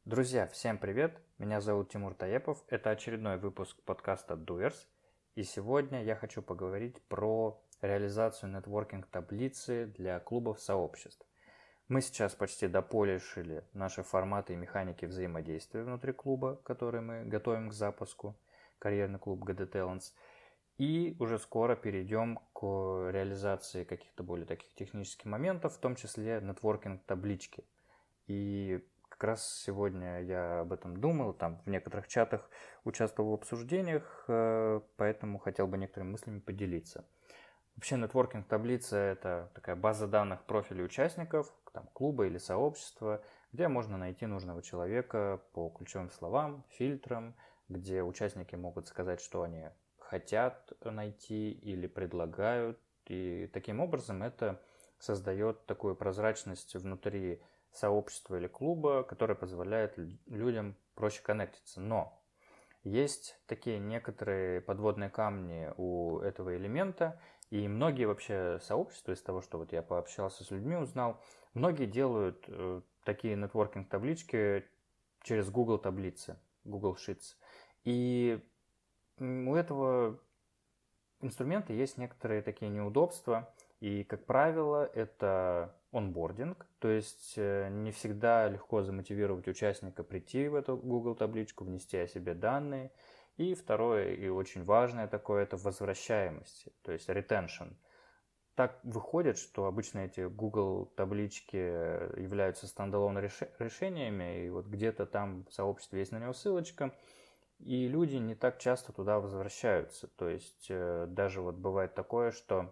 Друзья, всем привет! Меня зовут Тимур Таепов. Это очередной выпуск подкаста Doers. И сегодня я хочу поговорить про реализацию нетворкинг-таблицы для клубов сообществ. Мы сейчас почти дополишили наши форматы и механики взаимодействия внутри клуба, который мы готовим к запуску, карьерный клуб GD Talents. И уже скоро перейдем к реализации каких-то более таких технических моментов, в том числе нетворкинг-таблички. И как раз сегодня я об этом думал, там в некоторых чатах участвовал в обсуждениях, поэтому хотел бы некоторыми мыслями поделиться. Вообще, нетворкинг-таблица – это такая база данных профилей участников там, клуба или сообщества, где можно найти нужного человека по ключевым словам, фильтрам, где участники могут сказать, что они хотят найти или предлагают. И таким образом это создает такую прозрачность внутри сообщества или клуба, которое позволяет людям проще коннектиться. Но есть такие некоторые подводные камни у этого элемента, и многие вообще сообщества, из того, что вот я пообщался с людьми, узнал, многие делают такие нетворкинг-таблички через Google таблицы, Google Sheets. И у этого инструмента есть некоторые такие неудобства, и, как правило, это онбординг, то есть не всегда легко замотивировать участника прийти в эту Google табличку, внести о себе данные. И второе, и очень важное такое, это возвращаемость, то есть retention. Так выходит, что обычно эти Google таблички являются стендалон решениями, и вот где-то там в сообществе есть на него ссылочка, и люди не так часто туда возвращаются. То есть даже вот бывает такое, что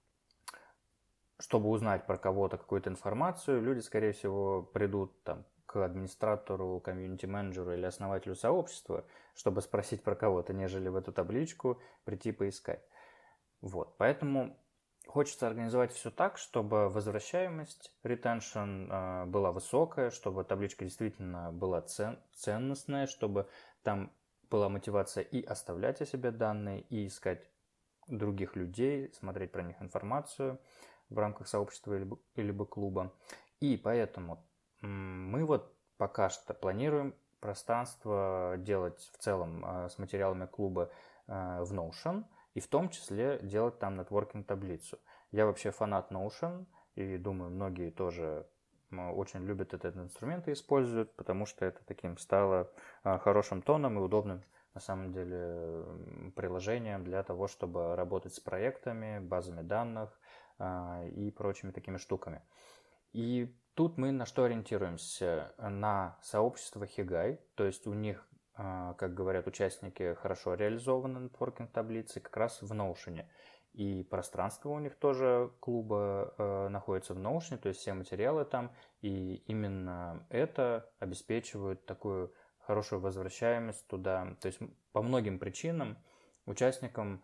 чтобы узнать про кого-то какую-то информацию, люди, скорее всего, придут там к администратору, комьюнити-менеджеру или основателю сообщества, чтобы спросить про кого-то, нежели в эту табличку прийти поискать. Вот, поэтому хочется организовать все так, чтобы возвращаемость, retention была высокая, чтобы табличка действительно была ценностная, чтобы там была мотивация и оставлять о себе данные, и искать других людей, смотреть про них информацию в рамках сообщества или клуба. И поэтому мы вот пока что планируем пространство делать в целом с материалами клуба в Notion, и в том числе делать там нетворкинг-таблицу. Я вообще фанат Notion, и думаю, многие тоже очень любят этот инструмент и используют, потому что это таким стало хорошим тоном и удобным на самом деле приложением для того, чтобы работать с проектами, базами данных и прочими такими штуками. И тут мы на что ориентируемся? На сообщество Хигай, то есть у них, как говорят участники, хорошо реализованы нетворкинг-таблицы как раз в Notion. И пространство у них тоже клуба находится в Notion, то есть все материалы там, и именно это обеспечивает такую хорошую возвращаемость туда. То есть по многим причинам участникам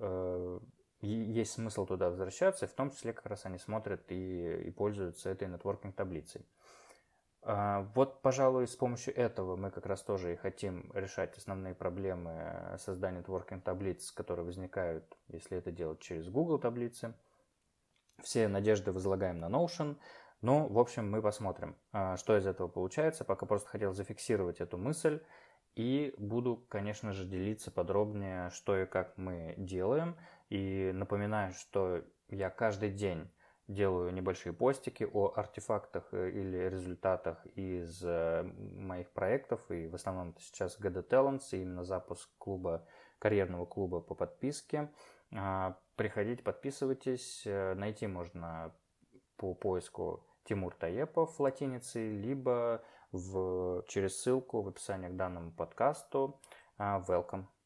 есть смысл туда возвращаться, и в том числе как раз они смотрят и пользуются этой нетворкинг-таблицей. Вот, пожалуй, с помощью этого мы как раз тоже и хотим решать основные проблемы создания нетворкинг-таблиц, которые возникают, если это делать через Google таблицы. Все надежды возлагаем на Notion, но, в общем, мы посмотрим, что из этого получается. Пока просто хотел зафиксировать эту мысль и буду, конечно же, делиться подробнее, что и как мы делаем. И напоминаю, что я каждый день делаю небольшие постики о артефактах или результатах из моих проектов, и в основном это сейчас GD Talents, и именно запуск клуба, карьерного клуба по подписке. Приходите, подписывайтесь, найти можно по поиску Тимур Таепов латиницей, либо через ссылку в описании к данному подкасту. Welcome!